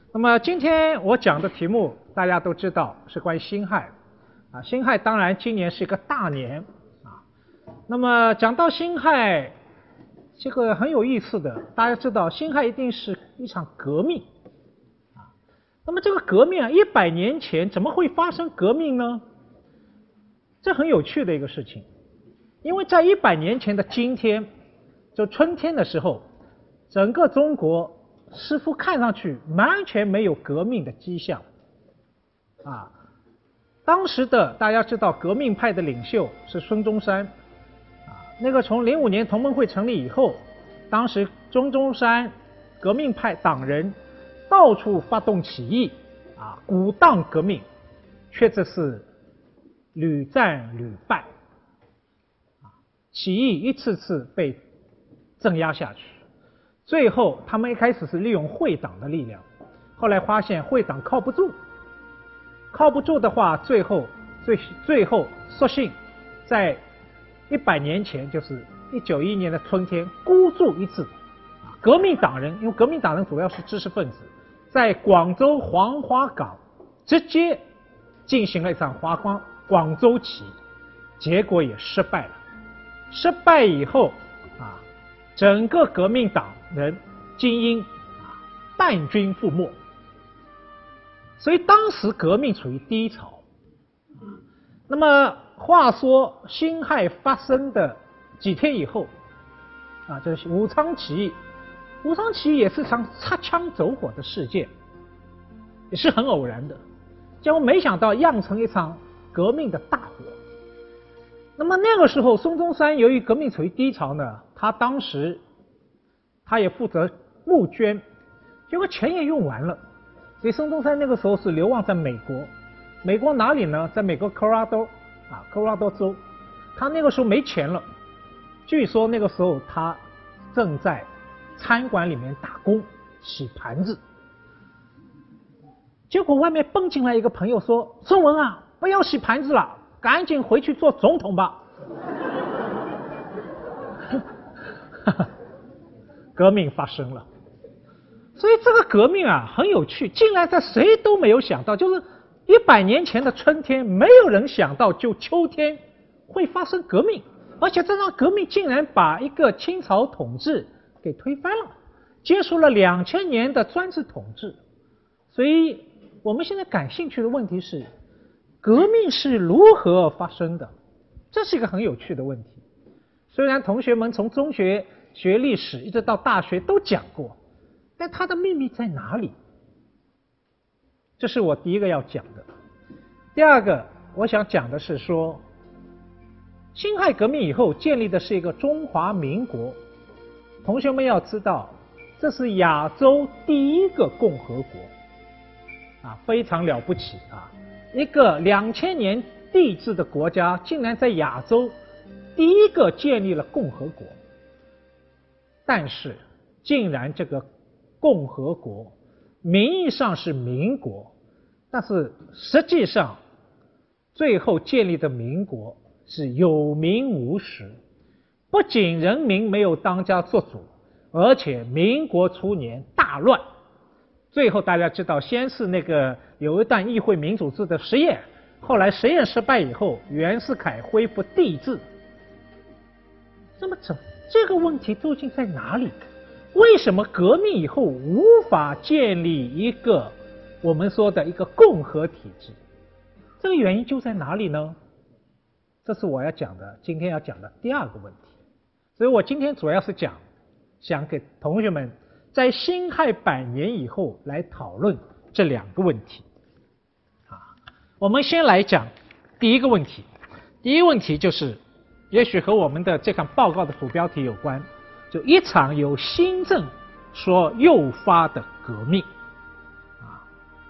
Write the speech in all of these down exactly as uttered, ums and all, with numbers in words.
那么今天我讲的题目大家都知道是关于辛亥啊，辛亥当然今年是一个大年啊。那么讲到辛亥，这个很有意思的，大家知道辛亥一定是一场革命啊。那么这个革命啊，一百年前怎么会发生革命呢？这很有趣的一个事情，因为在一百年前的今天，就春天的时候，整个中国似乎看上去完全没有革命的迹象啊。当时的大家知道，革命派的领袖是孙中山啊。那个从零五年同盟会成立以后，当时孙中山革命派党人到处发动起义啊，鼓荡革命，却这是屡战屡败啊，起义一次次被镇压下去。最后他们一开始是利用会党的力量，后来发现会党靠不住，靠不住的话，最后最最后索性在一百年前，就是一九一一年的春天，孤注一掷，革命党人，因为革命党人主要是知识分子，在广州黄花岗直接进行了一场华光广州起义，结果也失败了。失败以后啊，整个革命党人精英啊败军覆没，所以当时革命处于低潮。那么话说辛亥发生的几天以后啊，这是武昌起义。武昌起义也是场擦枪走火的事件，也是很偶然的，结果没想到酿成一场革命的大火。那么那个时候孙中山由于革命处于低潮呢，他当时他也负责募捐，结果钱也用完了，所以孙中山那个时候是流亡在美国。美国哪里呢？在美国科罗拉多啊，科罗拉多州。他那个时候没钱了，据说那个时候他正在餐馆里面打工洗盘子，结果外面蹦进来一个朋友说：“孙文啊，不要洗盘子了，赶紧回去做总统吧。”革命发生了。所以这个革命啊很有趣，竟然在谁都没有想到，就是一百年前的春天，没有人想到就秋天会发生革命，而且这场革命竟然把一个清朝统治给推翻了，结束了两千年的专制统治。所以我们现在感兴趣的问题是，革命是如何发生的？这是一个很有趣的问题。虽然同学们从中学学历史一直到大学都讲过，但它的秘密在哪里？这是我第一个要讲的。第二个我想讲的是说，辛亥革命以后建立的是一个中华民国。同学们要知道，这是亚洲第一个共和国啊，非常了不起啊！一个两千年帝制的国家，竟然在亚洲第一个建立了共和国。但是竟然这个共和国名义上是民国，但是实际上最后建立的民国是有名无实，不仅人民没有当家作主，而且民国初年大乱。最后大家知道，先是那个有一段议会民主制的实验，后来实验失败以后，袁世凯恢复帝制。那么这这个问题究竟在哪里？为什么革命以后无法建立一个我们说的一个共和体制？这个原因就在哪里呢？这是我要讲的，今天要讲的第二个问题。所以我今天主要是讲，想给同学们在辛亥百年以后来讨论这两个问题。啊，我们先来讲第一个问题。第一个问题就是，也许和我们的这场报告的主标题有关，就一场由新政所诱发的革命。啊，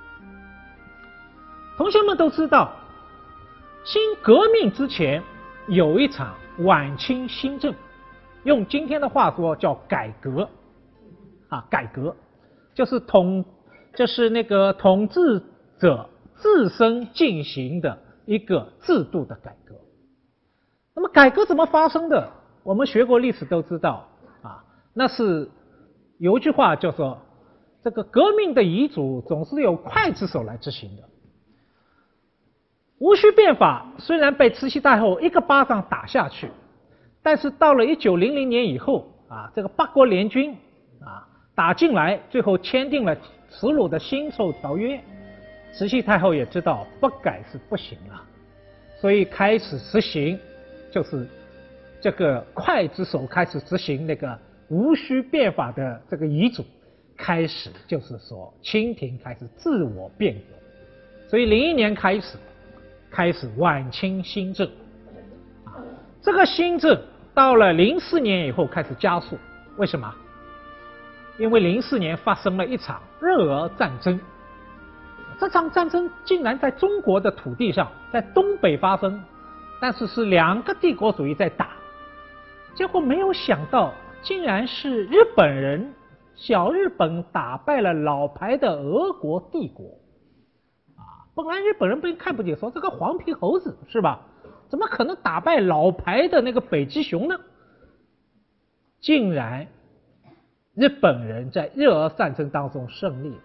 同学们都知道，新革命之前有一场晚清新政，用今天的话说叫改革。啊，改革就是统，就是那个统治者自身进行的一个制度的改革。那么改革怎么发生的？我们学过历史都知道啊，那是有一句话叫做这个革命的遗嘱总是由刽子手来执行的。戊戌变法虽然被慈禧太后一个巴掌打下去，但是到了一九零零年以后啊，这个八国联军啊打进来，最后签订了耻辱的辛丑条约，慈禧太后也知道不改是不行了，所以开始实行，就是这个刽子手开始执行那个戊戌变法的这个遗嘱，开始就是说清廷开始自我变革，所以零一年开始开始晚清新政啊，这个新政到了零四年以后开始加速，为什么？因为零四年发生了一场日俄战争，这场战争竟然在中国的土地上，在东北发生，但是是两个帝国主义在打，结果没有想到竟然是日本人小日本打败了老牌的俄国帝国啊！本来日本人被看不起，说这个黄皮猴子是吧？怎么可能打败老牌的那个北极熊呢？竟然日本人在日俄战争当中胜利了。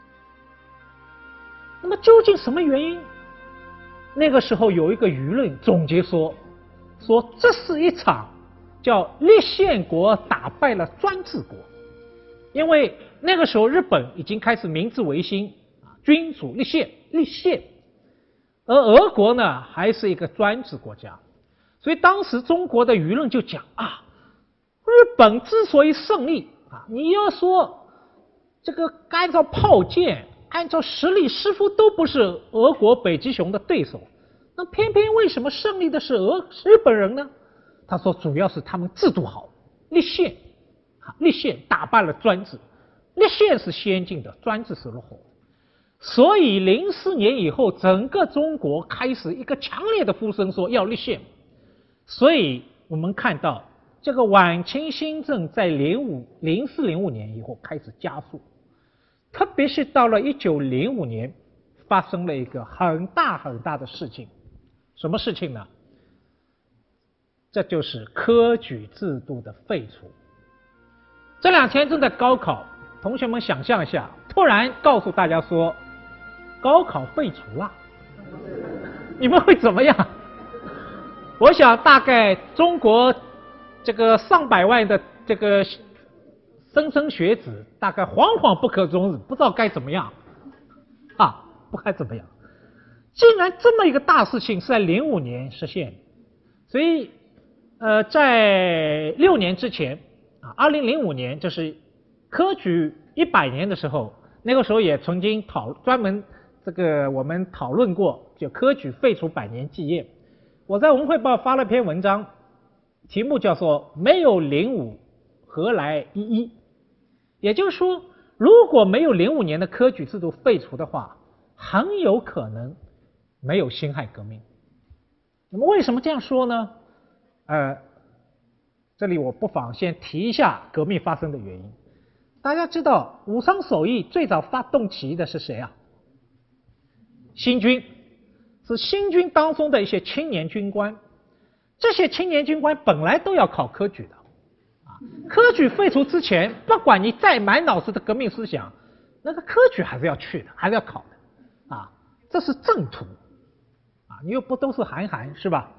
那么究竟什么原因？那个时候有一个舆论总结说，说这是一场叫立宪国打败了专制国，因为那个时候日本已经开始明治维新啊，君主立宪立宪，而俄国呢还是一个专制国家，所以当时中国的舆论就讲啊，日本之所以胜利啊，你要说这个按照炮舰按照实力似乎都不是俄国北极熊的对手，那偏偏为什么胜利的是俄日本人呢？他说主要是他们制度好，立宪立宪打败了专制，立宪是先进的，专制是落后的。所以零四年以后整个中国开始一个强烈的呼声说要立宪，所以我们看到这个晚清新政在零五零四零五年以后开始加速，特别是到了一九零五年发生了一个很大很大的事情，什么事情呢？这就是科举制度的废除。这两天正在高考，同学们想象一下，突然告诉大家说高考废除了，你们会怎么样？我想大概中国这个上百万的这个莘莘学子大概惶惶不可终日，不知道该怎么样啊，不该怎么样。竟然这么一个大事情是在零五年实现，所以呃，在六年之前啊，二零零五年就是科举一百年的时候，那个时候也曾经讨专门这个我们讨论过，就科举废除百年纪念。我在文汇报发了篇文章，题目叫做没有零五何来一一，也就是说如果没有零五年的科举制度废除的话，很有可能没有辛亥革命。那么为什么这样说呢？呃，这里我不妨先提一下革命发生的原因。大家知道武昌首义最早发动起义的是谁啊？新军，是新军当中的一些青年军官。这些青年军官本来都要考科举的啊，科举废除之前，不管你再满脑子的革命思想，那个科举还是要去的，还是要考的啊，这是正途啊，你又不都是韩寒是吧？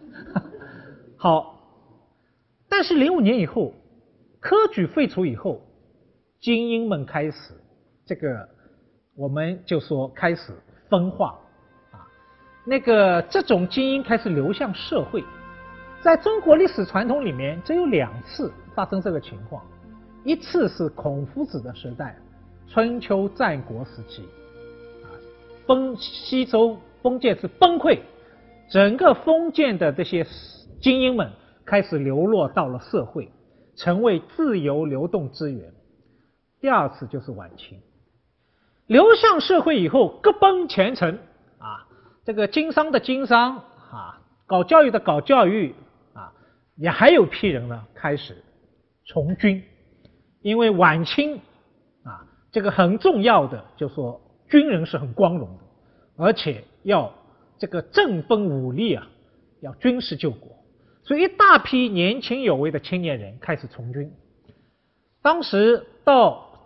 好，但是零五年以后，科举废除以后，精英们开始这个，我们就说开始分化啊，那个这种精英开始流向社会。在中国历史传统里面，只有两次发生这个情况，一次是孔夫子的时代，春秋战国时期，啊，封西周封建是崩溃，整个封建的这些精英们开始流落到了社会，成为自由流动资源。第二次就是晚清，流向社会以后各奔前程啊，这个经商的经商啊，搞教育的搞教育啊，也还有批人呢开始从军，因为晚清啊，这个很重要的就是说军人是很光荣的，而且要这个振奋武力啊，要军事救国，所以一大批年轻有为的青年人开始从军。当时到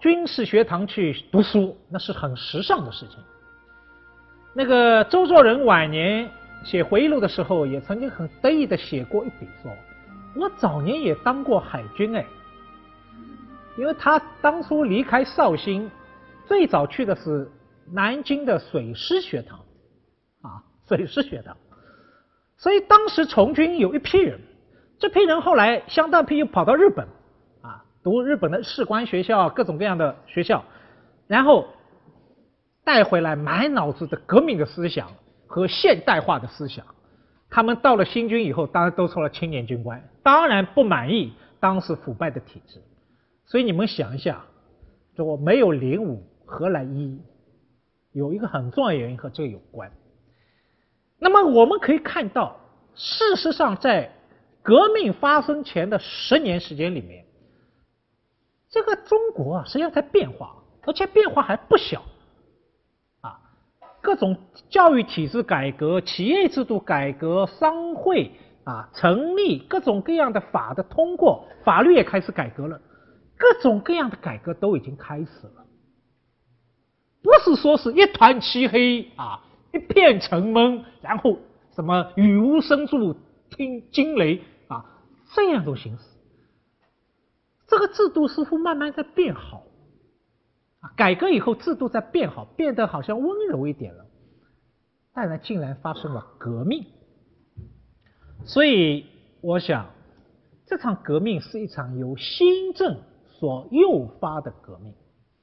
军事学堂去读书，那是很时尚的事情。那个周作人晚年写回忆录的时候，也曾经很得意的写过一笔说，我早年也当过海军哎，因为他当初离开绍兴，最早去的是南京的水师学堂啊，水师学堂，所以当时从军有一批人，这批人后来相当批又跑到日本啊，读日本的士官学校，各种各样的学校，然后带回来满脑子的革命的思想和现代化的思想。他们到了新军以后，当然都做了青年军官，当然不满意当时腐败的体制。所以你们想一下，说没有零五何来一？有一个很重要的原因和这个有关。那么我们可以看到，事实上在革命发生前的十年时间里面，这个中国啊实际上在变化，而且变化还不小啊。各种教育体制改革、企业制度改革、商会啊成立，各种各样的法的通过，法律也开始改革了，各种各样的改革都已经开始了，不是说是一团漆黑啊，一片沉闷，然后什么雨无声处听惊雷啊，这样都行使。这个制度似乎慢慢在变好啊，改革以后制度在变好，变得好像温柔一点了，但是竟然发生了革命。所以我想，这场革命是一场由新政所诱发的革命。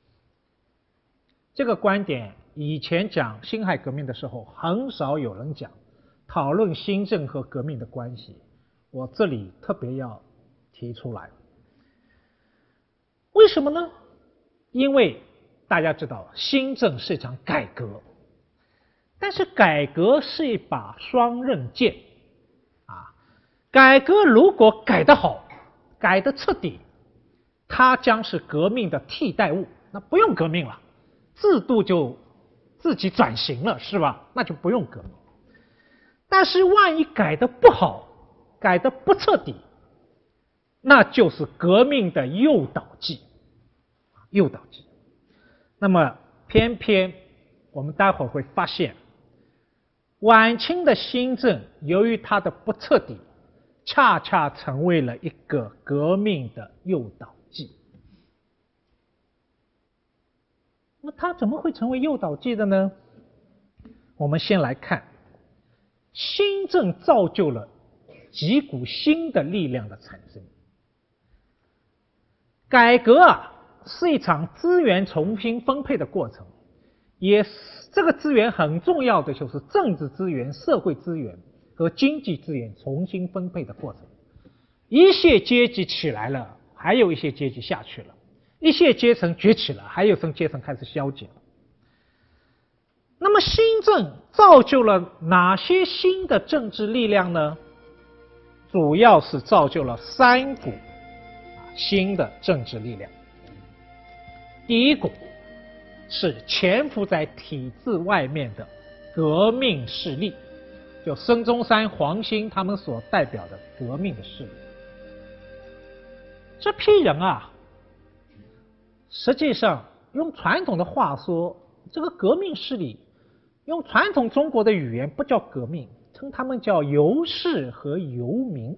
这个观点以前讲辛亥革命的时候很少有人讲，讨论新政和革命的关系，我这里特别要提出来。为什么呢？因为大家知道新政是一场改革，但是改革是一把双刃剑啊。改革如果改得好，改得彻底，它将是革命的替代物，那不用革命了，制度就自己转型了，是吧？那就不用革命。但是万一改得不好，改得不彻底，那就是革命的诱导剂，诱导剂。那么偏偏我们待会儿会发现，晚清的新政由于它的不彻底，恰恰成为了一个革命的诱导剂。那它怎么会成为诱导剂的呢？我们先来看，新政造就了几股新的力量的产生。改革啊，是一场资源重新分配的过程，也是这个资源很重要的就是政治资源、社会资源和经济资源重新分配的过程。一些阶级起来了，还有一些阶级下去了；一些阶层崛起了，还有一些阶层开始消解了。那么新政造就了哪些新的政治力量呢？主要是造就了三股新的政治力量。第一股是潜伏在体制外面的革命势力，就孙中山、黄兴他们所代表的革命的势力。这批人啊，实际上用传统的话说，这个革命势力用传统中国的语言不叫革命，称他们叫游士和游民。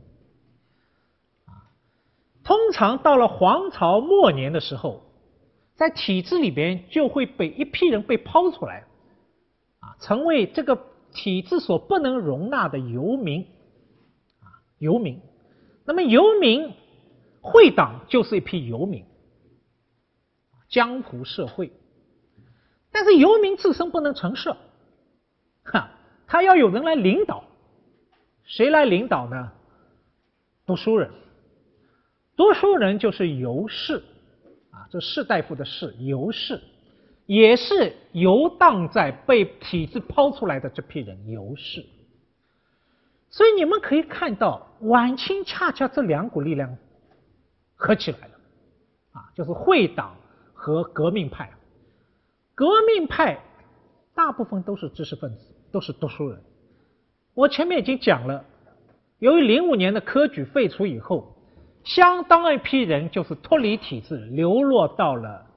通常到了黄朝末年的时候，在体制里边就会被一批人被抛出来啊，成为这个体制所不能容纳的游民啊，游民。那么游民会党就是一批游民，江湖社会。但是游民自身不能成事，哈，他要有人来领导。谁来领导呢？读书人。读书人就是游士啊，这士大夫的士，游士也是游荡在被体制抛出来的这批人，游士。所以你们可以看到，晚清恰恰这两股力量合起来了啊，就是会党和革命派。革命派大部分都是知识分子，都是读书人。我前面已经讲了，由于零五年的科举废除以后，相当一批人就是脱离体制，流落到了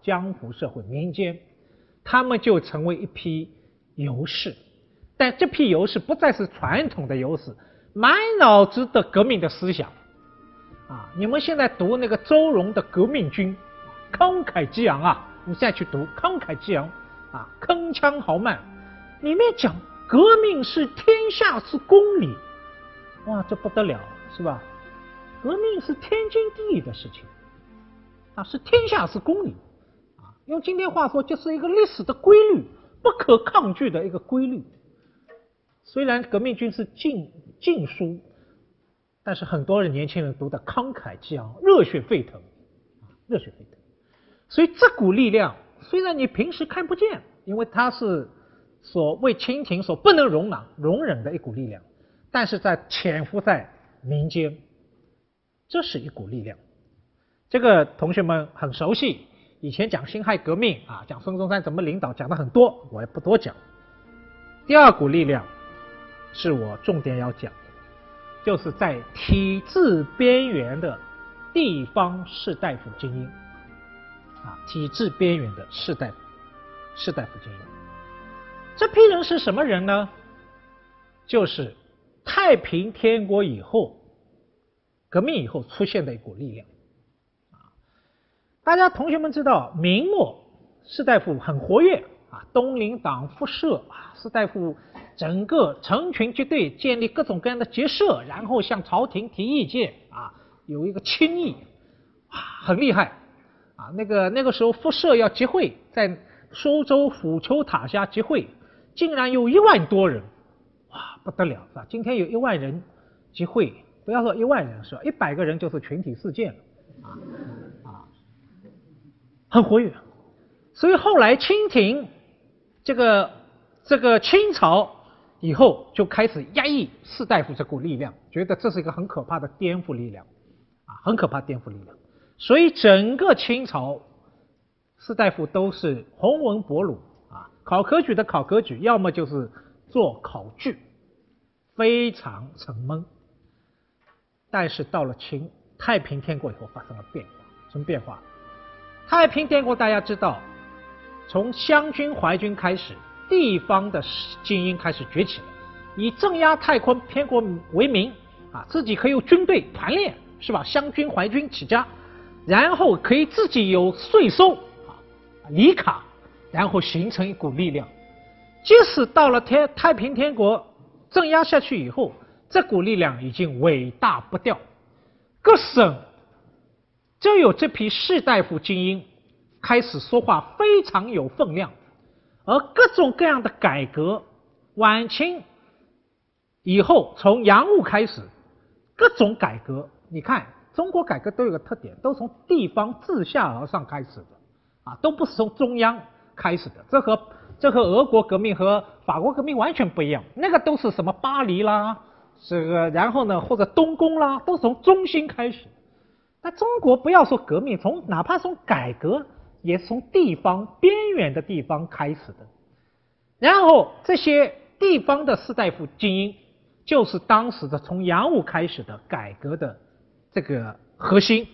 江湖社会民间，他们就成为一批游士。但这批游士不再是传统的游士，满脑子的革命的思想啊！你们现在读那个周荣的《革命军》，慷慨激昂啊！你现在去读，慷慨激昂啊，铿锵豪迈，里面讲革命是天下之公理，哇，这不得了，是吧？革命是天经地义的事情啊，是天下之公理啊。用今天话说，就是一个历史的规律，不可抗拒的一个规律。虽然革命军是禁禁书，但是很多人年轻人读的慷慨激昂，热血沸腾啊，热血沸腾。所以这股力量，虽然你平时看不见，因为它是所谓清廷所不能容忍容忍的一股力量，但是在潜伏在民间，这是一股力量。这个同学们很熟悉，以前讲辛亥革命啊，讲孙中山怎么领导，讲的很多，我也不多讲。第二股力量是我重点要讲的，就是在体制边缘的地方士大夫精英啊，体制边缘的士大夫士大夫精英。这批人是什么人呢？就是太平天国以后，革命以后出现的一股力量啊。大家同学们知道，明末士大夫很活跃啊，东林党复社啊，士大夫整个成群结队，建立各种各样的结社，然后向朝廷提意见啊，有一个亲议啊，很厉害啊。那个那个时候复社要集会，在苏州虎丘塔下集会，竟然有一万多人，哇，不得了是吧？今天有一万人集会，不要说一万人是吧？一百个人就是群体事件了啊啊，很活跃。所以后来清廷这个这个清朝以后就开始压抑士大夫这股力量，觉得这是一个很可怕的颠覆力量啊，很可怕的颠覆力量。所以整个清朝士大夫都是弘文博儒啊，考科举的考科举，要么就是做考据，非常沉闷。但是到了清太平天国以后发生了变化，什么变化？太平天国大家知道，从湘军淮军开始，地方的精英开始崛起了，以镇压太平天国为名啊，自己可以有军队团练，是吧？湘军淮军起家，然后可以自己有税收啊，礼卡，然后形成一股力量。即使到了天太平天国镇压下去以后，这股力量已经尾大不掉，各省就有这批士大夫精英开始说话非常有分量，而各种各样的改革，晚清以后从洋务开始，各种改革，你看中国改革都有个特点，都从地方自下而上开始的啊，都不是从中央开始的。这和这和俄国革命和法国革命完全不一样，那个都是什么巴黎啦，这个然后呢或者东宫啦，都是从中心开始。那中国不要说革命，从哪怕从改革也是从地方边缘的地方开始的。然后这些地方的士大夫精英就是当时的从洋务开始的改革的这个核心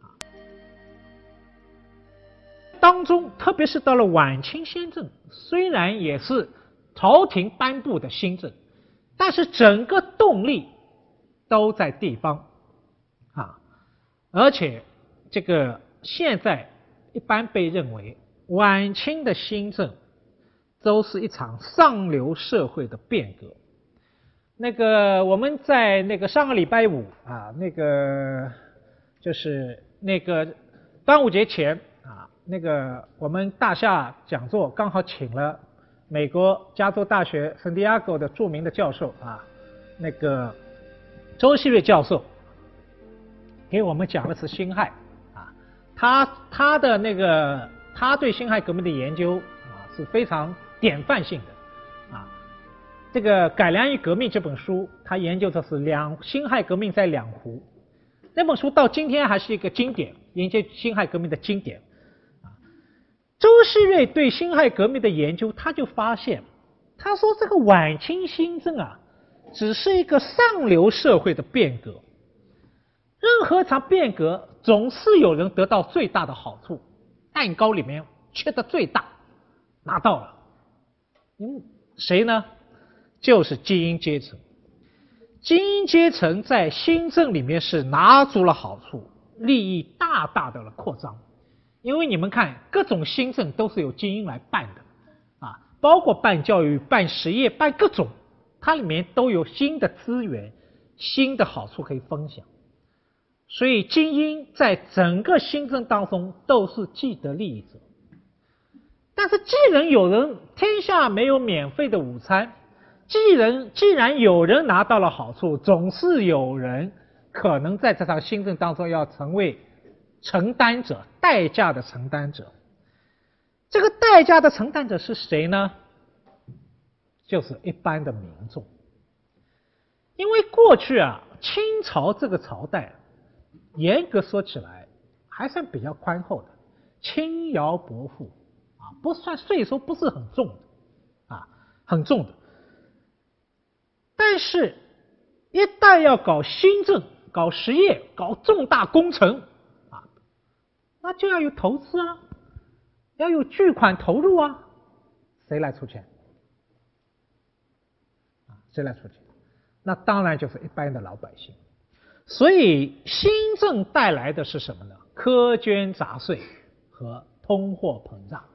当中，特别是到了晚清新政，虽然也是朝廷颁布的新政，但是整个动力都在地方啊。而且这个现在一般被认为晚清的新政都是一场上流社会的变革。那个我们在那个上个礼拜五啊，那个就是那个端午节前啊，那个我们大厦讲座刚好请了美国加州大学圣地亚哥的著名的教授啊，那个周锡瑞教授给我们讲的是辛亥啊，他他的那个他对辛亥革命的研究啊是非常典范性的啊。这个《改良与革命》这本书，他研究的是两辛亥革命在两湖，那本书到今天还是一个经典，研究辛亥革命的经典啊。周锡瑞对辛亥革命的研究，他就发现，他说这个晚清新政啊，只是一个上流社会的变革。任何场变革总是有人得到最大的好处， 蛋糕里面切的最大，拿到了。嗯，谁呢？就是精英阶层。精英阶层在新政里面是拿足了好处，利益大大的扩张。因为你们看，各种新政都是由精英来办的啊，包括办教育、办实业、办各种，它里面都有新的资源、新的好处可以分享。所以精英在整个新政当中都是既得利益者。但是既然有人天下没有免费的午餐，既然既然有人拿到了好处，总是有人可能在这场新政当中要成为承担者，代价的承担者。这个代价的承担者是谁呢？就是一般的民众。因为过去啊，清朝这个朝代严格说起来还算比较宽厚的，轻徭薄赋啊，不算税收不是很重的啊，很重的。但是，一旦要搞新政、搞实业、搞重大工程啊，那就要有投资啊，要有巨款投入啊，谁来出钱？啊，谁来出钱？那当然就是一般的老百姓。所以新政带来的是什么呢？苛捐杂税和通货膨胀。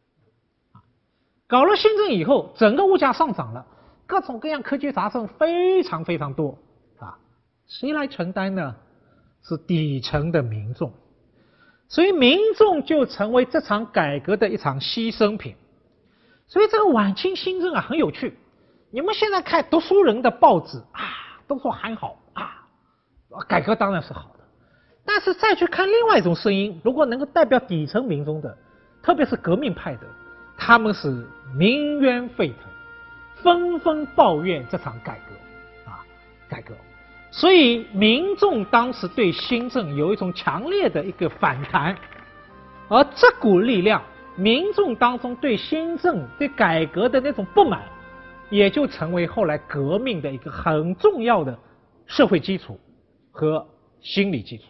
搞了新政以后，整个物价上涨了，各种各样苛捐杂税非常非常多啊，谁来承担呢？是底层的民众。所以民众就成为这场改革的一场牺牲品。所以这个晚清新政啊很有趣，你们现在看读书人的报纸啊，都说还好啊。改革当然是好的，但是再去看另外一种声音，如果能够代表底层民众的，特别是革命派的，他们是民怨沸腾，纷纷抱怨这场改革啊，改革。所以民众当时对新政有一种强烈的一个反弹，而这股力量，民众当中对新政、对改革的那种不满，也就成为后来革命的一个很重要的社会基础和心理基础。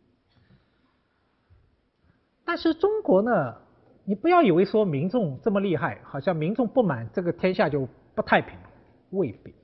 但是中国呢，你不要以为说民众这么厉害，好像民众不满这个天下就不太平，未必。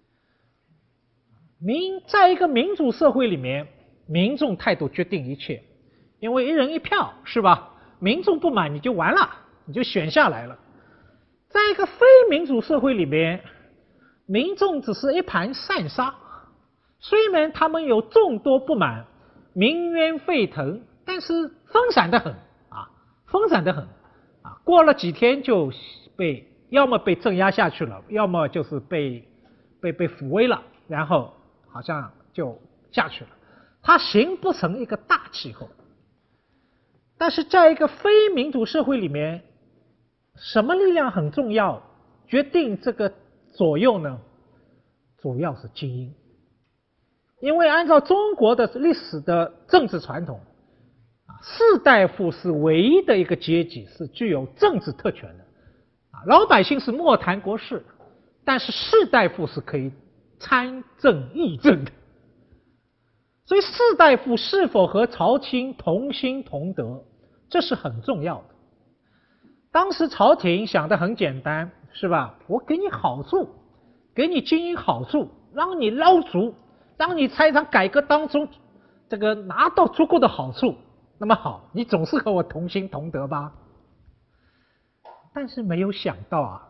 民在一个民主社会里面，民众态度决定一切，因为一人一票是吧？民众不满你就完了，你就选下来了。在一个非民主社会里面，民众只是一盘散沙。虽然他们有众多不满，民怨沸腾，但是分散得很啊，分散得很啊，过了几天就被要么被镇压下去了，要么就是被被被抚慰了，然后好像就下去了，它形不成一个大气候。但是在一个非民主社会里面，什么力量很重要，决定这个左右呢？主要是精英。因为按照中国的历史的政治传统，啊，士大夫是唯一的一个阶级是具有政治特权的，啊，老百姓是莫谈国事，但是士大夫是可以参政议政的。所以士大夫是否和朝廷同心同德，这是很重要的。当时朝廷想得很简单，是吧？我给你好处，给你精英好处，让你捞足。当你在一场改革当中，这个拿到足够的好处，那么好，你总是和我同心同德吧？但是没有想到啊，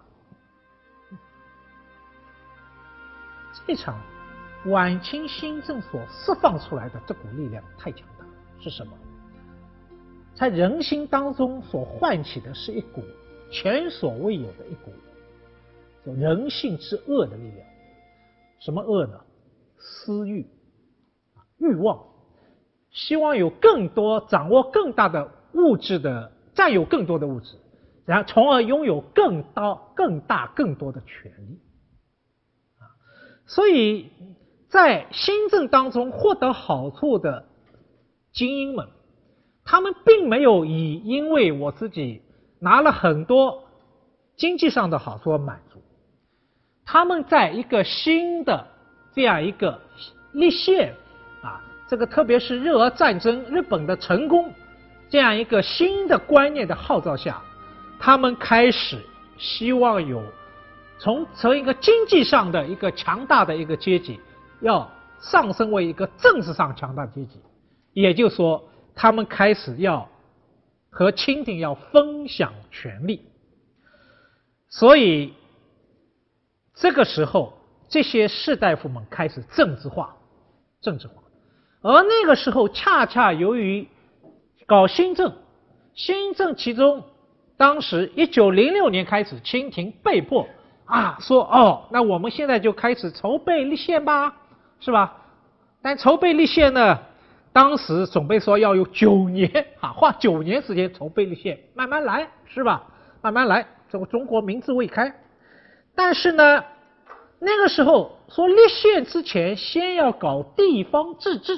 这场晚清新政所释放出来的这股力量太强大，是什么？在人心当中所唤起的是一股前所未有的一股有人性之恶的力量。什么恶呢？私欲、欲望，希望有更多、掌握更大的物质的，占有更多的物质，然后从而拥有更大、更大、更多的权利。所以在新政当中获得好处的精英们，他们并没有以因为我自己拿了很多经济上的好处而满足，他们在一个新的这样一个立宪啊，这个特别是日俄战争日本的成功这样一个新的观念的号召下，他们开始希望有从从一个经济上的一个强大的一个阶级，要上升为一个政治上强大阶级，也就是说，他们开始要和清廷要分享权力。所以这个时候，这些士大夫们开始政治化，政治化。而那个时候，恰恰由于搞新政，新政其中，当时一九零六年开始，清廷被迫啊说哦，那我们现在就开始筹备立宪吧，是吧？但筹备立宪呢，当时准备说要有九年啊，花九年时间筹备立宪，慢慢来，是吧？慢慢来，这个中国民智未开。但是呢，那个时候说立宪之前，先要搞地方自治。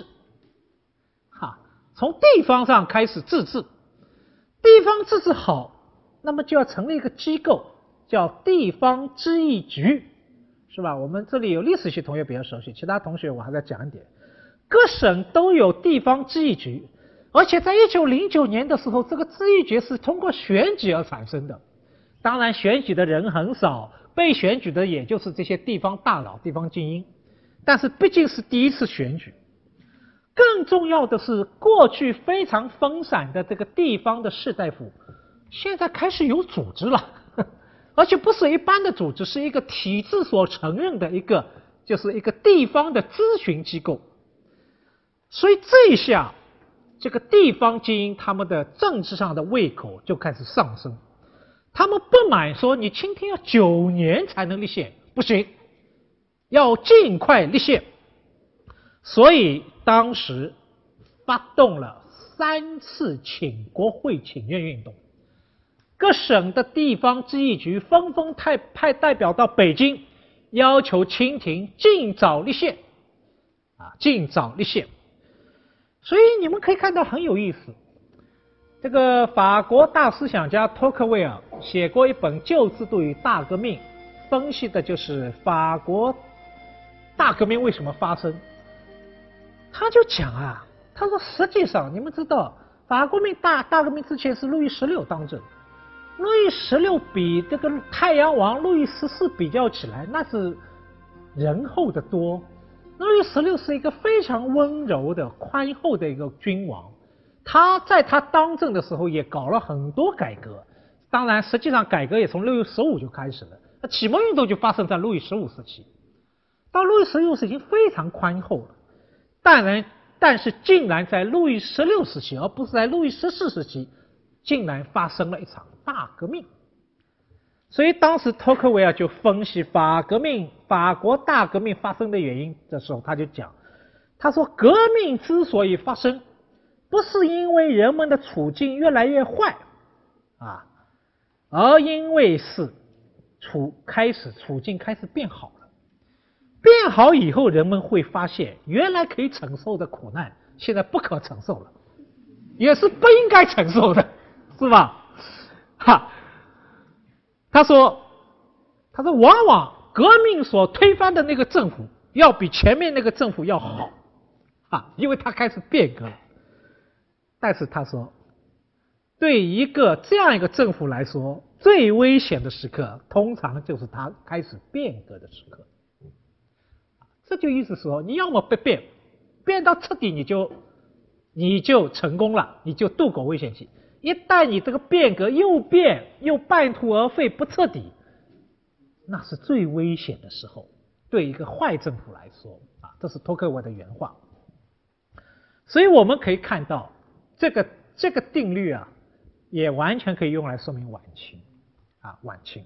从地方上开始自治，地方自治好，那么就要成立一个机构，叫地方咨议局，是吧？我们这里有历史系同学比较熟悉，其他同学我还在讲一点。各省都有地方咨议局，而且在一九零九年的时候，这个咨议局是通过选举而产生的。当然，选举的人很少，被选举的也就是这些地方大佬、地方精英，但是毕竟是第一次选举。更重要的是，过去非常分散的这个地方的士大夫，现在开始有组织了，而且不是一般的组织，是一个体制所承认的一个，就是一个地方的咨询机构。所以这一下，这个地方精英他们的政治上的胃口就开始上升，他们不满说你清廷要九年才能立宪，不行，要尽快立宪。所以当时发动了三次请国会请愿运动，各省的地方咨议局纷纷派派代表到北京，要求清廷尽早立宪，啊，尽早立宪。所以你们可以看到很有意思，这个法国大思想家托克维尔写过一本《旧制度与大革命》，分析的就是法国大革命为什么发生。他就讲啊，他说实际上你们知道，法国命大大革命之前是路易十六当政，路易十六比这个太阳王路易十四比较起来，那是仁厚的多。路易十六是一个非常温柔的、宽厚的一个君王，他在他当政的时候也搞了很多改革。当然，实际上改革也从路易十五就开始了，那启蒙运动就发生在路易十五时期。到路易十六时已经非常宽厚了。当然，但是竟然在路易十六时期，而不是在路易十四时期，竟然发生了一场大革命。所以当时托克维尔就分析法革命、法国大革命发生的原因的时候，他就讲，他说革命之所以发生，不是因为人们的处境越来越坏啊，而因为是处开始处境开始变好了。变好以后，人们会发现原来可以承受的苦难，现在不可承受了，也是不应该承受的，是吧？哈，他说，他说，往往革命所推翻的那个政府，要比前面那个政府要好，啊，因为他开始变革了。但是他说，对一个这样一个政府来说，最危险的时刻，通常就是他开始变革的时刻。这就意思说，你要么不变，变到彻底，你就你就成功了，你就度过危险期。一旦你这个变革又变又半途而废不彻底，那是最危险的时候，对一个坏政府来说啊，这是托克维尔的原话。所以我们可以看到，这个这个定律啊，也完全可以用来说明晚清啊，晚清。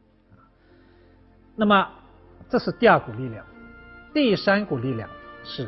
那么这是第二股力量。第三股力量是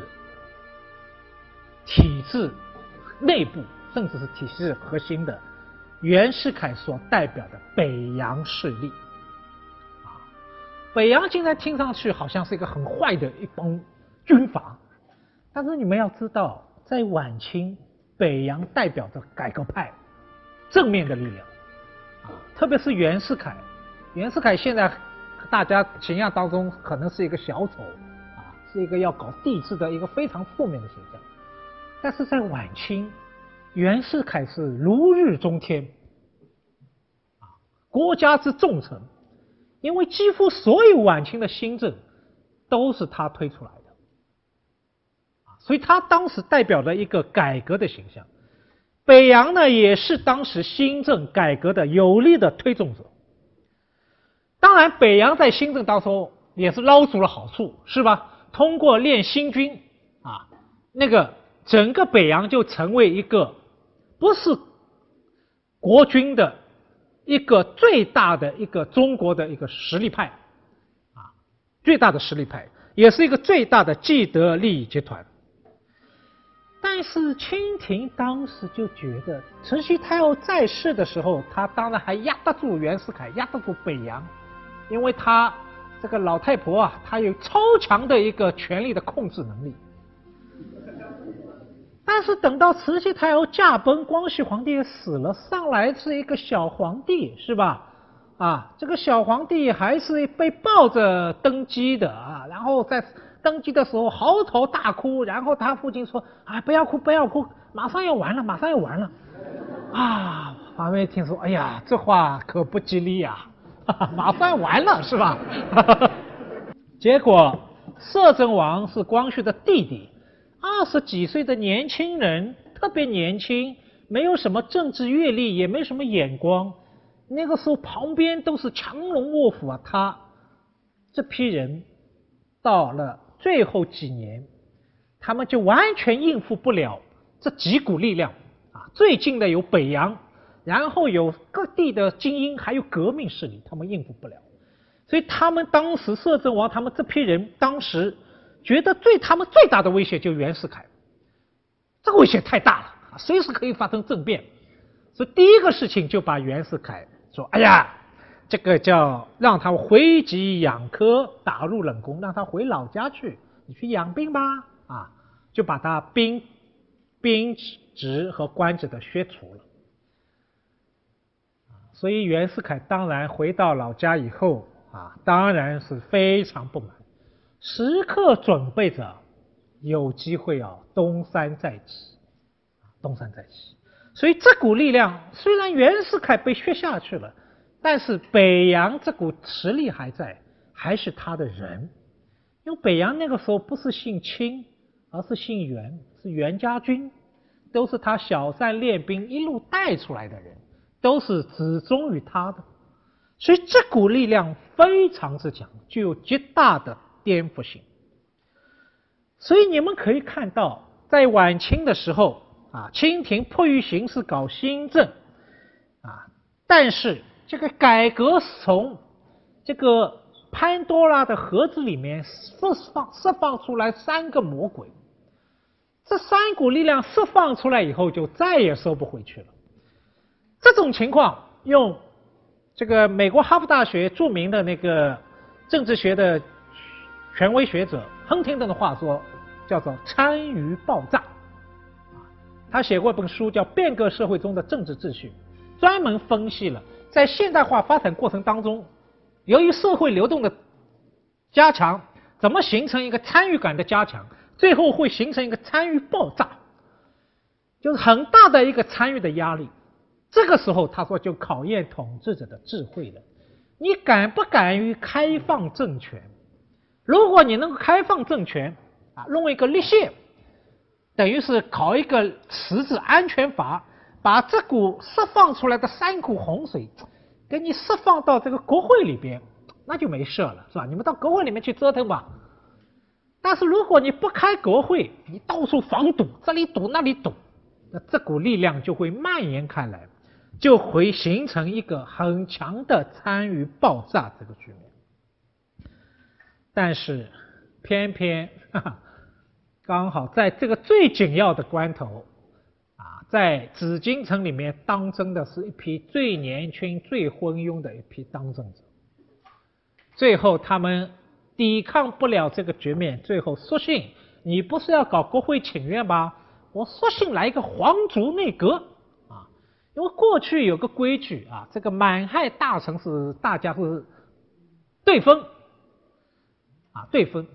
体制内部，甚至是体制核心的袁世凯所代表的北洋势力。啊，北洋现在听上去好像是一个很坏的一帮军阀，但是你们要知道，在晚清，北洋代表着改革派正面的力量，啊，特别是袁世凯。袁世凯现在大家形象当中可能是一个小丑。是一个要搞帝制的一个非常负面的形象，但是在晚清， 袁世凯是如日中天，啊，国家之重臣，因为几乎所有晚清的新政都是他推出来的，所以他当时代表了一个改革的形象。北洋呢，也是当时新政改革的有力的推动者。当然，北洋在新政当中也是捞足了好处，是吧？通过练新军啊，那个整个北洋就成为一个不是国军的一个最大的一个中国的一个实力派啊，最大的实力派，也是一个最大的既得利益集团。但是清廷当时就觉得慈禧太后在世的时候，他当然还压得住袁世凯，压得住北洋，因为他这个老太婆啊，她有超强的一个权力的控制能力。但是等到慈禧太后驾崩，光绪皇帝死了，上来是一个小皇帝，是吧？啊，这个小皇帝还是被抱着登基的啊，然后在登基的时候嚎啕大哭，然后他父亲说：“啊，不要哭，不要哭，马上要完了，马上要完了。”啊，华妃听说，哎呀，这话可不吉利呀、啊，马上要完了，是吧？结果摄政王是光绪的弟弟，二十几岁的年轻人，特别年轻，没有什么政治阅历，也没什么眼光。那个时候旁边都是强龙卧虎啊，他这批人到了最后几年，他们就完全应付不了这几股力量啊。最近的有北洋，然后有各地的精英，还有革命势力，他们应付不了。所以他们当时摄政王他们这批人当时觉得对他们最大的威胁就是袁世凯，这个威胁太大了，随时可以发生政变。所以第一个事情就把袁世凯说：“哎呀，这个叫让他回籍养科，打入冷宫，让他回老家去，你去养病吧。”啊，就把他兵兵职和官职的削除了。所以袁世凯当然回到老家以后啊，当然是非常不满，时刻准备着有机会啊东山再起，东山再起。所以这股力量虽然袁世凯被削下去了，但是北洋这股实力还在，还是他的人。因为北洋那个时候不是姓清，而是姓袁，是袁家军，都是他小站练兵一路带出来的人，都是只忠于他的。所以这股力量非常之强，具有极大的颠覆性。所以你们可以看到，在晚清的时候啊，清廷迫于形势搞新政啊，但是这个改革从这个潘多拉的盒子里面释放释放出来三个魔鬼，这三股力量释放出来以后就再也收不回去了。这种情况用这个美国哈佛大学著名的那个政治学的权威学者亨廷顿的话说，叫做参与爆炸。他写过一本书叫《变革社会中的政治秩序》，专门分析了在现代化发展过程当中，由于社会流动的加强，怎么形成一个参与感的加强，最后会形成一个参与爆炸，就是很大的一个参与的压力。这个时候他说就考验统治者的智慧了，你敢不敢于开放政权？如果你能够开放政权啊，弄一个立宪，等于是搞一个池子安全法，把这股释放出来的三股洪水给你释放到这个国会里边，那就没事了，是吧？你们到国会里面去折腾吧。但是如果你不开国会，你到处防堵，这里堵那里堵，那这股力量就会蔓延开来，就会形成一个很强的参与爆炸这个局面。但是偏偏哈哈刚好在这个最紧要的关头啊，在紫禁城里面当政的是一批最年轻最昏庸的一批当政者，最后他们抵抗不了这个局面，最后索性你不是要搞国会请愿吧，我索性来一个皇族内阁啊。因为过去有个规矩啊，这个满汉大臣是大家是对分啊，对分。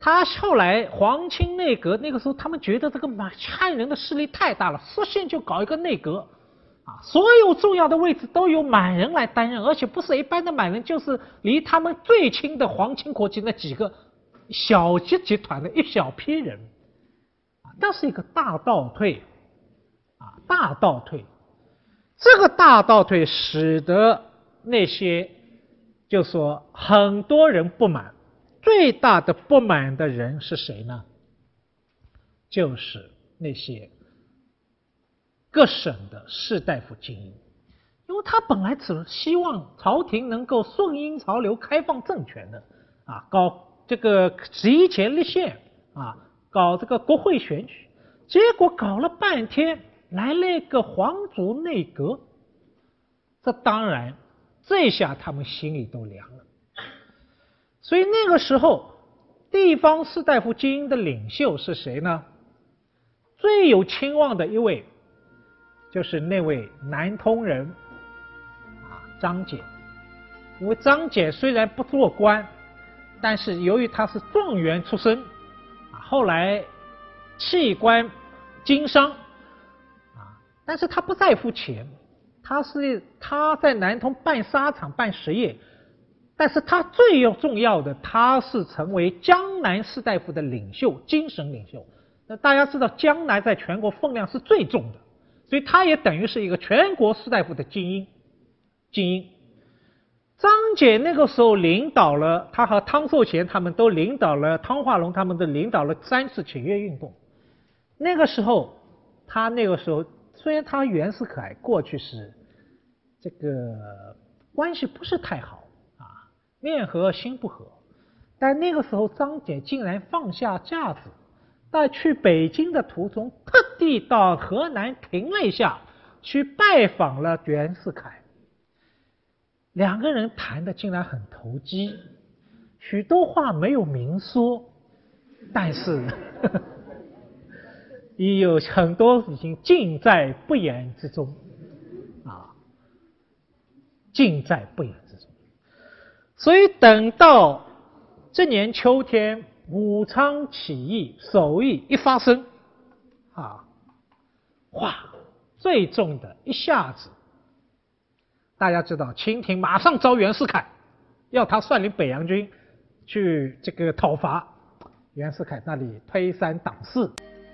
他后来皇亲内阁那个时候，他们觉得这个满汉人的势力太大了，索性就搞一个内阁，啊，所有重要的位置都由满人来担任，而且不是一般的满人，就是离他们最亲的皇亲国戚那几个小级集团的一小批人，啊，那是一个大倒退，啊，大倒退。这个大倒退使得那些就说很多人不满，最大的不满的人是谁呢？就是那些各省的士大夫精英，因为他本来只希望朝廷能够顺应潮流，开放政权的啊，搞这个提前立宪啊，搞这个国会选举，结果搞了半天来了一个皇族内阁，这当然这下他们心里都凉了。所以那个时候地方士大夫精英的领袖是谁呢？最有亲望的一位就是那位南通人啊，张謇。因为张謇虽然不做官，但是由于他是状元出身啊，后来弃官经商啊，但是他不在乎钱，他是他在南通办纱厂办实业，但是他最要重要的，他是成为江南士大夫的领袖，精神领袖。那大家知道江南在全国分量是最重的，所以他也等于是一个全国士大夫的精英精英。张謇那个时候领导了，他和汤寿贤他们都领导了，汤化龙他们都领导了三次请愿运动。那个时候他那个时候虽然他袁世凯过去是这个关系不是太好啊，面和心不和，但那个时候张謇竟然放下架子，在去北京的途中特地到河南停了一下，去拜访了袁世凯。两个人谈的竟然很投机，许多话没有明说，但是呵呵也有很多已经尽在不言之中啊，尽在不言之中。所以等到这年秋天武昌起义首义一发生啊，哇，最重的一下子，大家知道清廷马上召袁世凯，要他率领北洋军去这个讨伐。袁世凯那里推三挡四，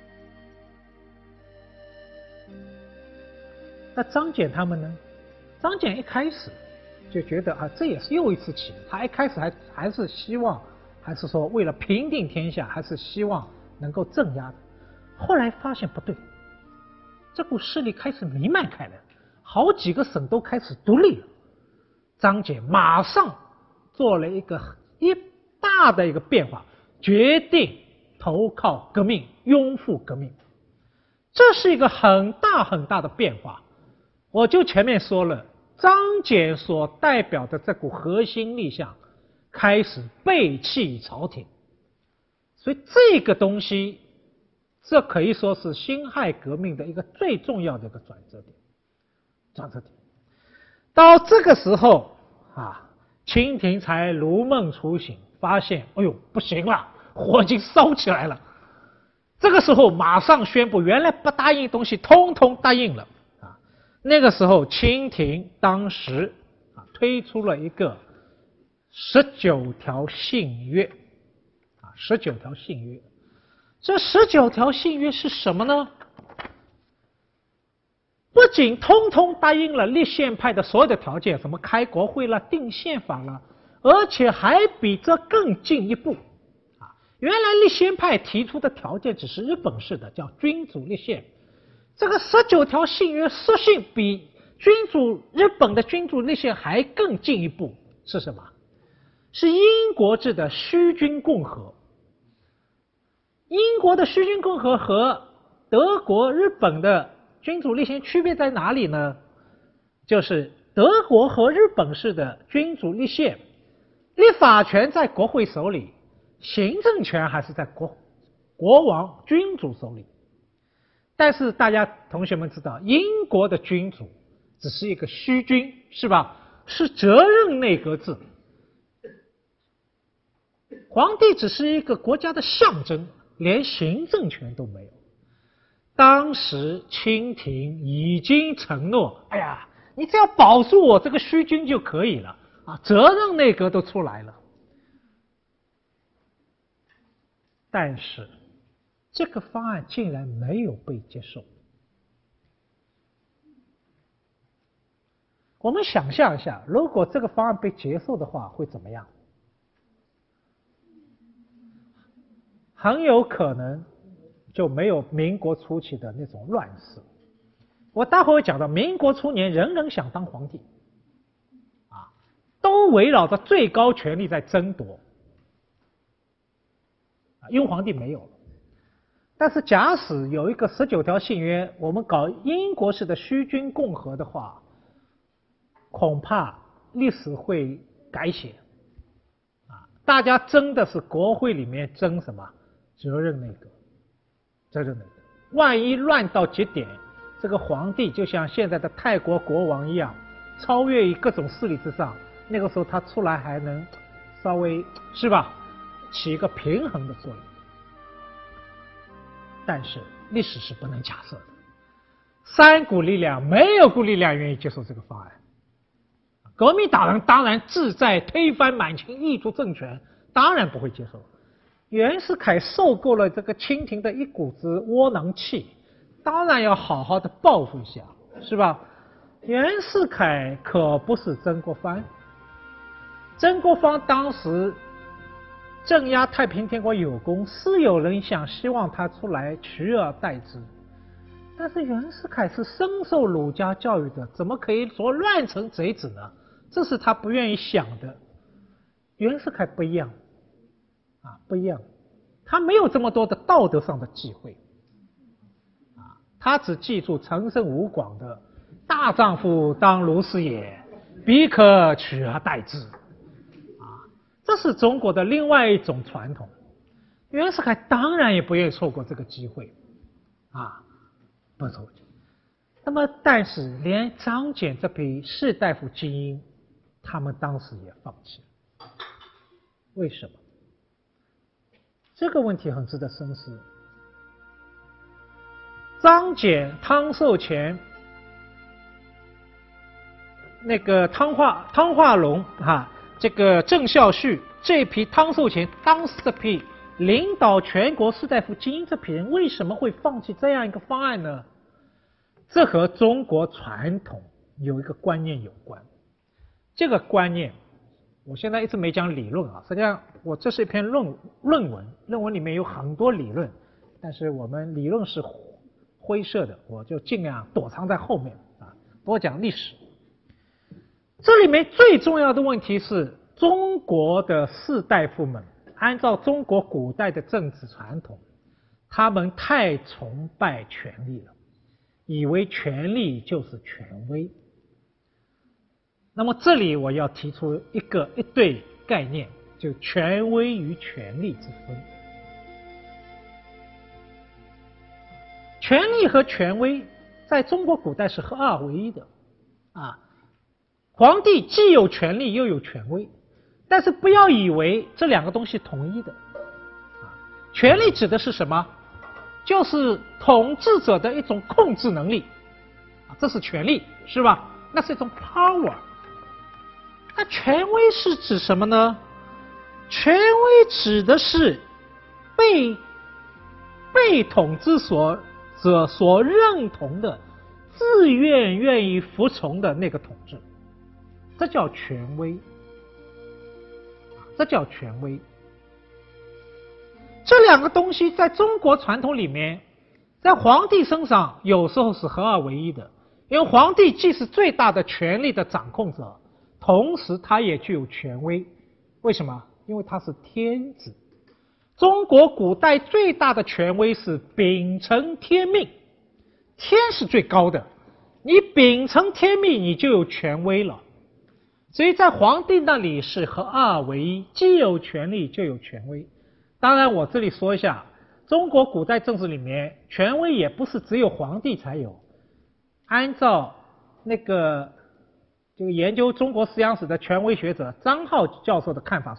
那张謇他们呢？张謇一开始就觉得啊，这也是又一次起义，他一开始还还是希望，还是说为了平定天下，还是希望能够镇压的。后来发现不对，这股势力开始弥漫开来，好几个省都开始独立了。张謇马上做了一个一大的一个变化，决定投靠革命，拥护革命。这是一个很大很大的变化。我就前面说了，张謇所代表的这股核心力量开始背弃朝廷，所以这个东西，这可以说是辛亥革命的一个最重要的一个转折点。转折点到这个时候啊，清廷才如梦初醒，发现哎呦不行了，火已经烧起来了。这个时候马上宣布，原来不答应的东西通通答应了啊。那个时候清廷当时啊推出了一个十九条信约啊，十九条信约。这十九条信约是什么呢？不仅通通答应了立宪派的所有的条件，什么开国会了、定宪法了，而且还比这更进一步啊！原来立宪派提出的条件只是日本式的，叫君主立宪。这个十九条信约实性比君主日本的君主立宪还更进一步，是什么？是英国制的虚君共和。英国的虚君共和和德国、日本的君主立宪区别在哪里呢？就是德国和日本式的君主立宪，立法权在国会手里，行政权还是在国国王君主手里。但是大家同学们知道，英国的君主只是一个虚君，是吧？是责任内阁制。 皇帝只是一个国家的象征，连行政权都没有。当时清廷已经承诺，哎呀，你只要保住我这个虚君就可以了啊，责任内阁都出来了。但是这个方案竟然没有被接受。我们想象一下，如果这个方案被接受的话，会怎么样？很有可能就没有民国初期的那种乱世。我待会会讲到，民国初年人人想当皇帝，啊，都围绕着最高权力在争夺，啊，因为皇帝没有了。但是假使有一个十九条信约，我们搞英国式的虚君共和的话，恐怕历史会改写，啊，大家争的是国会里面争什么责任内阁，责任内阁，万一乱到极点，这个皇帝就像现在的泰国国王一样，超越于各种势力之上，那个时候他出来还能稍微是吧，起一个平衡的作用。但是历史是不能假设的，三股力量没有股力量愿意接受这个方案。革命党人当然志在推翻满清异族政权，当然不会接受。袁世凯受够了这个清廷的一股子窝囊气，当然要好好的报复一下，是吧？袁世凯可不是曾国藩，曾国藩当时镇压太平天国有功，是有人想希望他出来取而代之。但是袁世凯是深受儒家教育的，怎么可以说乱臣贼子呢？这是他不愿意想的。袁世凯不一样，啊，不一样，他没有这么多的道德上的忌讳，啊，他只记住陈胜吴广的“大丈夫当如是也，彼可取而代之”，啊，这是中国的另外一种传统。袁世凯当然也不愿意错过这个机会，啊，不错。那么，但是连张謇这批士大夫精英，他们当时也放弃了。为什么？这个问题很值得深思。张謇、汤寿全、那个汤化汤化龙啊，这个郑孝胥这批汤寿全，当时这批领导全国士大夫精英这批人，为什么会放弃这样一个方案呢？这和中国传统有一个观念有关。这个观念，我现在一直没讲理论啊，实际上我这是一篇论论文，论文里面有很多理论，但是我们理论是灰色的，我就尽量躲藏在后面啊，多讲历史。这里面最重要的问题是，中国的士大夫们按照中国古代的政治传统，他们太崇拜权力了，以为权力就是权威。那么这里我要提出一个一对概念，就权威与权力之分。权力和权威在中国古代是合二为一的啊，皇帝既有权力又有权威，但是不要以为这两个东西统一的啊。权力指的是什么？就是统治者的一种控制能力啊，这是权力，是吧？那是一种 power。那权威是指什么呢？权威指的是被被统治所者所认同的、自愿愿意服从的那个统治，这叫权威，这叫权威。这两个东西在中国传统里面，在皇帝身上有时候是合二为一的，因为皇帝既是最大的权力的掌控者，同时他也具有权威。为什么？因为他是天子。中国古代最大的权威是秉承天命，天是最高的，你秉承天命，你就有权威了。所以在皇帝那里是合二为一，既有权力就有权威。当然我这里说一下，中国古代政治里面权威也不是只有皇帝才有，按照那个这个研究中国思想史的权威学者张浩教授的看法说，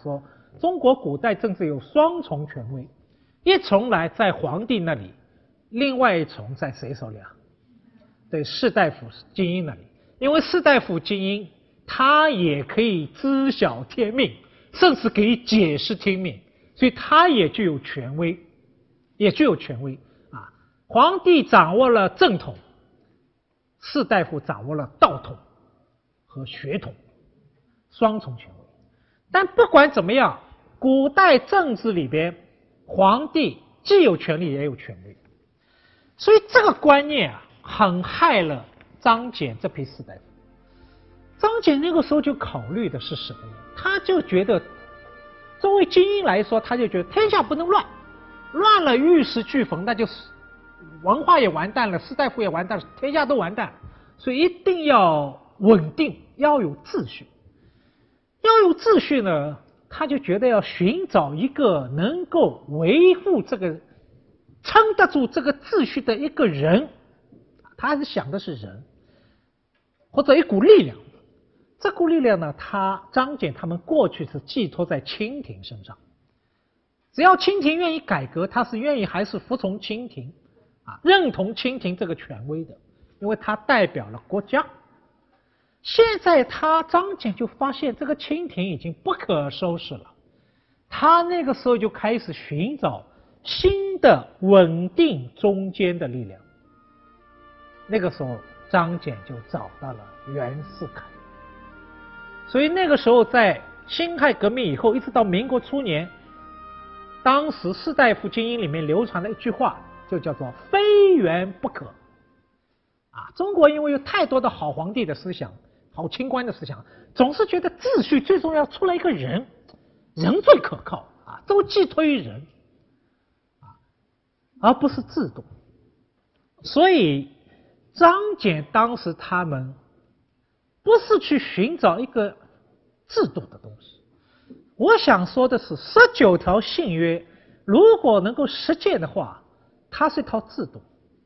中国古代政治有双重权威，一重来在皇帝那里，另外一重在谁手里啊？对，士大夫精英那里。因为士大夫精英，他也可以知晓天命，甚至可以解释天命，所以他也具有权威，也具有权威啊。皇帝掌握了正统，士大夫掌握了道统和学统，双重权威。但不管怎么样，古代政治里边，皇帝既有权力也有权威，所以这个观念啊，很害了张謇这批士大夫。张謇那个时候就考虑的是什么呢？他就觉得，作为精英来说，他就觉得天下不能乱，乱了玉石俱焚，那就是文化也完蛋了，士大夫也完蛋了，天下都完蛋了。所以一定要稳定，要有秩序。要有秩序呢，他就觉得要寻找一个能够维护这个、撑得住这个秩序的一个人，他还是想的是人，或者一股力量。这股力量呢，他张謇他们过去是寄托在清廷身上，只要清廷愿意改革，他是愿意还是服从清廷啊，认同清廷这个权威的，因为他代表了国家。现在他张謇就发现这个清廷已经不可收拾了，他那个时候就开始寻找新的稳定中间的力量。那个时候张謇就找到了袁世凯。所以那个时候在辛亥革命以后，一直到民国初年，当时士大夫精英里面流传的一句话就叫做非袁不可啊。中国因为有太多的好皇帝的思想，好清官的思想，总是觉得秩序最重要，出来一个人，人最可靠啊，都寄托于人啊，而不是制度。所以张謇当时他们不是去寻找一个制度的东西。我想说的是，十九条信约如果能够实践的话，它是一套制度。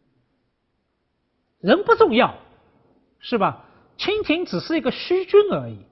人不重要，是吧？清廷只是一个虚君而已。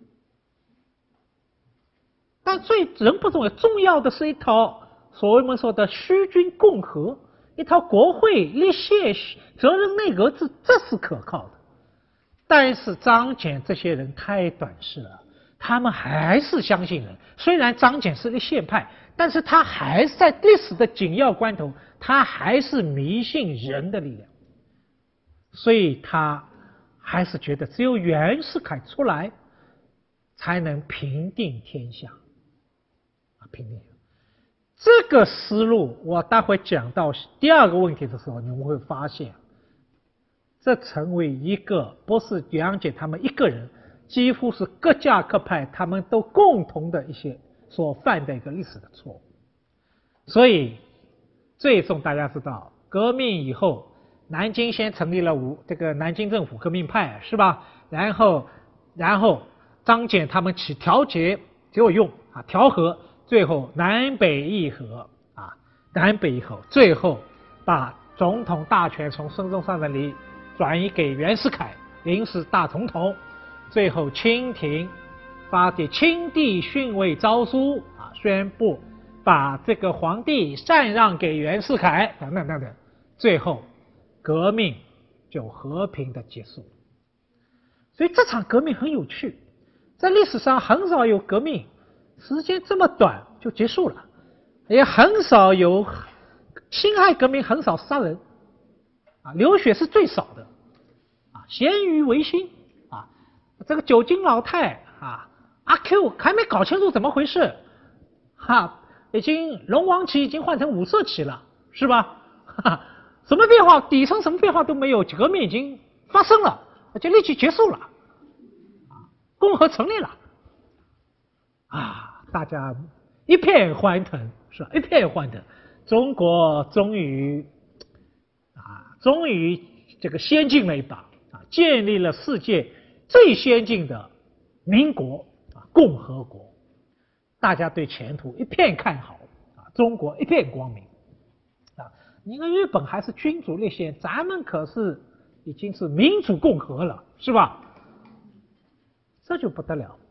但最人不重要，重要的是一套所谓我们说的虚君共和，一套国会立宪责任内阁制，这是可靠的。但是张謇这些人太短视了，他们还是相信人。虽然张謇是立宪派，但是他还是在历史的紧要关头，他还是迷信人的力量。所以他还是觉得只有袁世凯出来，才能平定天下。啊，平定。这个思路，我待会讲到第二个问题的时候，你们会发现，这成为一个不是杨戬他们一个人，几乎是各家各派他们都共同的一些所犯的一个历史的错误。所以最终大家知道，革命以后，南京先成立了五这个南京政府革命派，是吧？然后然后张謇他们起调节作用啊，调和，最后南北议和啊，南北议和，最后把总统大权从孙中山那里转移给袁世凯，临时大总统。最后清廷发的清帝逊位诏书啊，宣布把这个皇帝禅让给袁世凯等等等等，最后革命就和平的结束。所以这场革命很有趣，在历史上很少有革命时间这么短就结束了，也很少有辛亥革命很少杀人啊，流血是最少的啊，咸鱼维新啊，这个酒精老太啊，阿 Q 还没搞清楚怎么回事哈，已经龙王旗已经换成五色旗了，是吧？哈，什么变化？底层什么变化都没有，革命已经发生了，就立即结束了，啊，共和成立了，啊，大家一片欢腾，是吧？一片欢腾，中国终于啊，终于这个先进了一把啊，建立了世界最先进的民国啊，共和国，大家对前途一片看好啊，中国一片光明啊。你看日本还是君主立宪，咱们可是已经是民主共和了，是吧？这就不得了。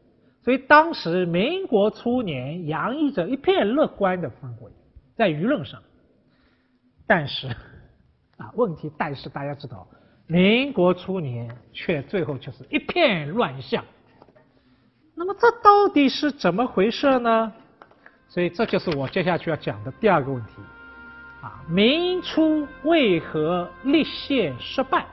所以当时民国初年洋溢着一片乐观的氛围，在舆论上。但是啊，问题但是大家知道，民国初年却最后就是一片乱象。那么这到底是怎么回事呢？所以这就是我接下去要讲的第二个问题啊，民初为何立宪失败？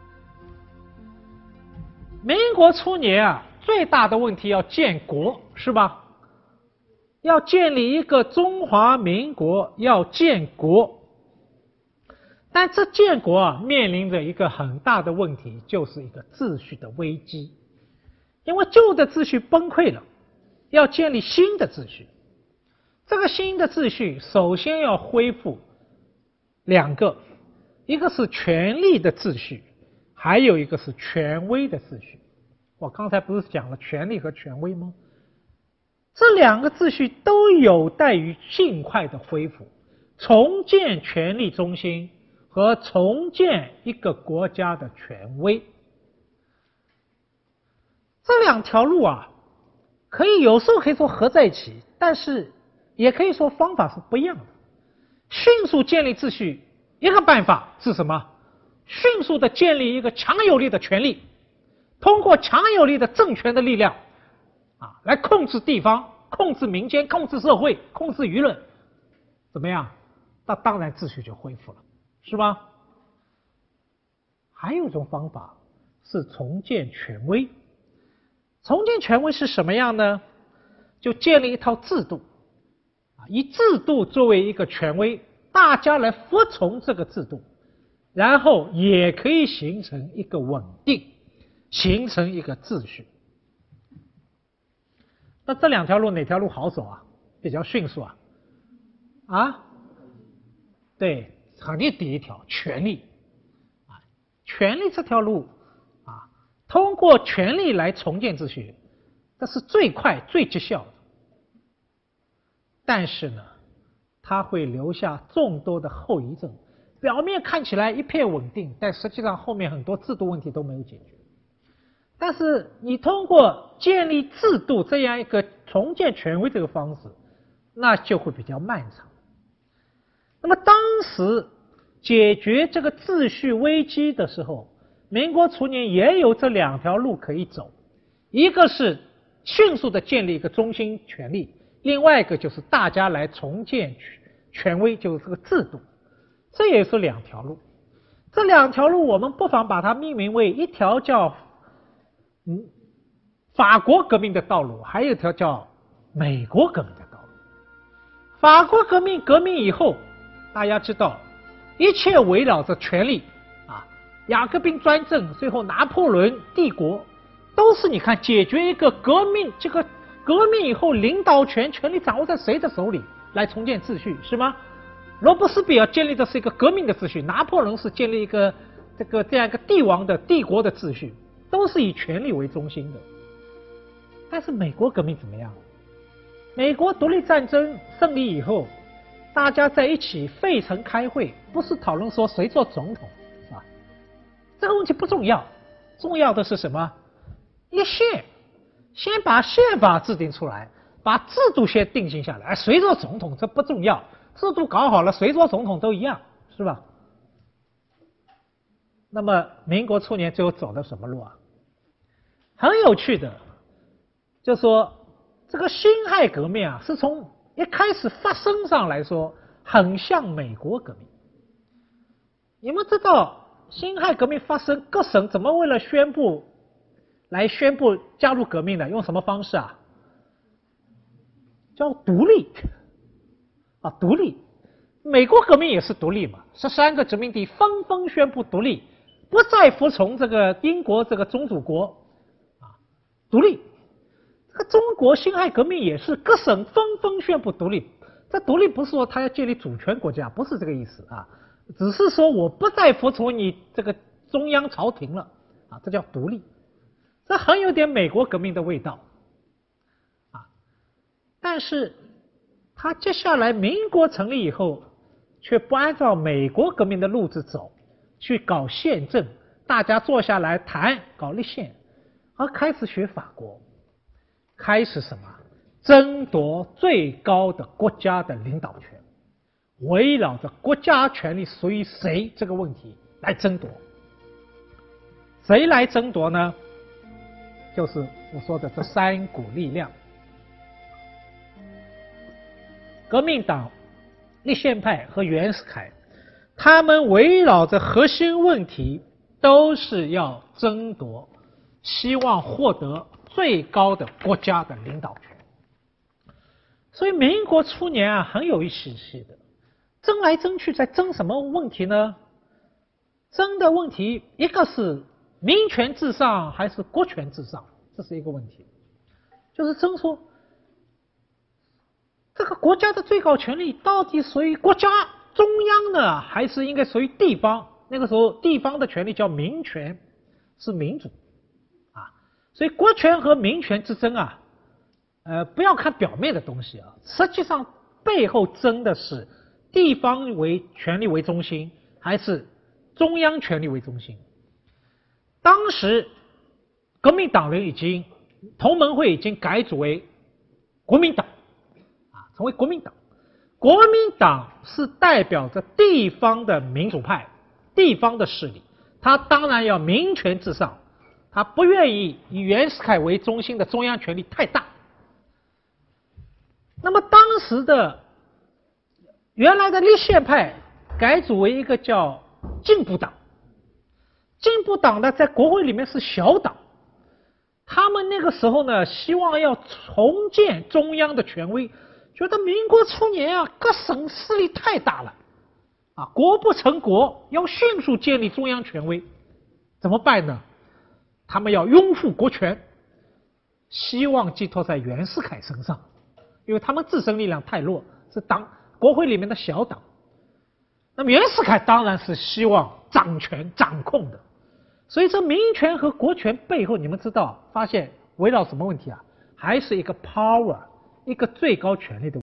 民国初年啊，最大的问题要建国，是吧？要建立一个中华民国，要建国。但这建国啊，面临着一个很大的问题，就是一个秩序的危机。因为旧的秩序崩溃了，要建立新的秩序。这个新的秩序首先要恢复两个，一个是权力的秩序，还有一个是权威的秩序。我刚才不是讲了权力和权威吗？这两个秩序都有待于尽快的恢复，重建权力中心和重建一个国家的权威。这两条路啊，可以有时候可以说合在一起，但是也可以说方法是不一样的。迅速建立秩序，一个办法是什么？迅速的建立一个强有力的权力，通过强有力的政权的力量啊，来控制地方、控制民间、控制社会、控制舆论，怎么样？那当然秩序就恢复了，是吧？还有一种方法是重建权威。重建权威是什么样呢？就建立一套制度，以制度作为一个权威，大家来服从这个制度，然后也可以形成一个稳定，形成一个秩序。那这两条路哪条路好走啊？比较迅速啊？啊？对，肯定第一条，权力。啊，权力这条路啊，通过权力来重建秩序，这是最快最绩效的。但是呢，它会留下众多的后遗症。表面看起来一片稳定，但实际上后面很多制度问题都没有解决。但是你通过建立制度这样一个重建权威这个方式，那就会比较漫长。那么当时解决这个秩序危机的时候，民国初年也有这两条路可以走，一个是迅速的建立一个中心权力，另外一个就是大家来重建权威，就是这个制度。这也是两条路。这两条路我们不妨把它命名为一条叫嗯法国革命的道路，还有一条叫美国革命的道路。法国革命革命以后，大家知道一切围绕着权力啊，雅各宾专政，最后拿破仑帝国，都是你看解决一个革命，这个革命以后领导权权力掌握在谁的手里，来重建秩序，是吗？罗伯斯比尔建立的是一个革命的秩序，拿破仑是建立一个这个这样一个帝王的帝国的秩序，都是以权力为中心的。但是美国革命怎么样？美国独立战争胜利以后，大家在一起费城开会，不是讨论说谁做总统，是吧？这个问题不重要，重要的是什么？立宪，先把宪法制定出来，把制度先定型下来，谁做总统这不重要，制度搞好了，谁做总统都一样，是吧？那么民国初年最后走的什么路啊？很有趣的，就说这个辛亥革命啊，是从一开始发生上来说，很像美国革命。你们知道辛亥革命发生，各省怎么为了宣布来宣布加入革命的，用什么方式啊？叫独立啊，独立。美国革命也是独立嘛，十三个殖民地纷纷宣布独立，不再服从这个英国这个宗主国啊，独立。这个中国辛亥革命也是各省纷纷宣布独立。这独立不是说他要建立主权国家，不是这个意思啊，只是说我不再服从你这个中央朝廷了啊，这叫独立。这很有点美国革命的味道啊，但是他接下来民国成立以后，却不按照美国革命的路子走，去搞宪政，大家坐下来谈搞立宪，而开始学法国。 开始什么？争夺最高的国家的领导权，围绕着国家权力属于谁这个问题来争夺。谁来争夺呢？就是我说的这三股力量：革命党、立宪派和袁世凯，他们围绕着核心问题，都是要争夺，希望获得最高的国家的领导权。所以民国初年啊，很有意思的，争来争去，在争什么问题呢？争的问题，一个是民权至上还是国权至上，这是一个问题。就是争说，这个国家的最高权力到底属于国家中央呢，还是应该属于地方？那个时候地方的权力叫民权，是民主啊。所以国权和民权之争啊，呃，不要看表面的东西啊，实际上背后争的是地方为权力为中心，还是中央权力为中心。当时革命党人已经同盟会已经改组为国民党啊，成为国民党。国民党是代表着地方的民主派、地方的势力，他当然要民权至上，他不愿意以袁世凯为中心的中央权力太大。那么当时的原来的立宪派改组为一个叫进步党，进步党呢在国会里面是小党，他们那个时候呢希望要重建中央的权威，觉得民国初年啊各省势力太大了啊，国不成国，要迅速建立中央权威，怎么办呢？他们要拥护国权，希望寄托在袁世凯身上，因为他们自身力量太弱，是党国会里面的小党。那么袁世凯当然是希望掌权掌控的，所以这民权和国权背后，你们知道发现围绕什么问题啊？还是一个 power， 一个最高权力的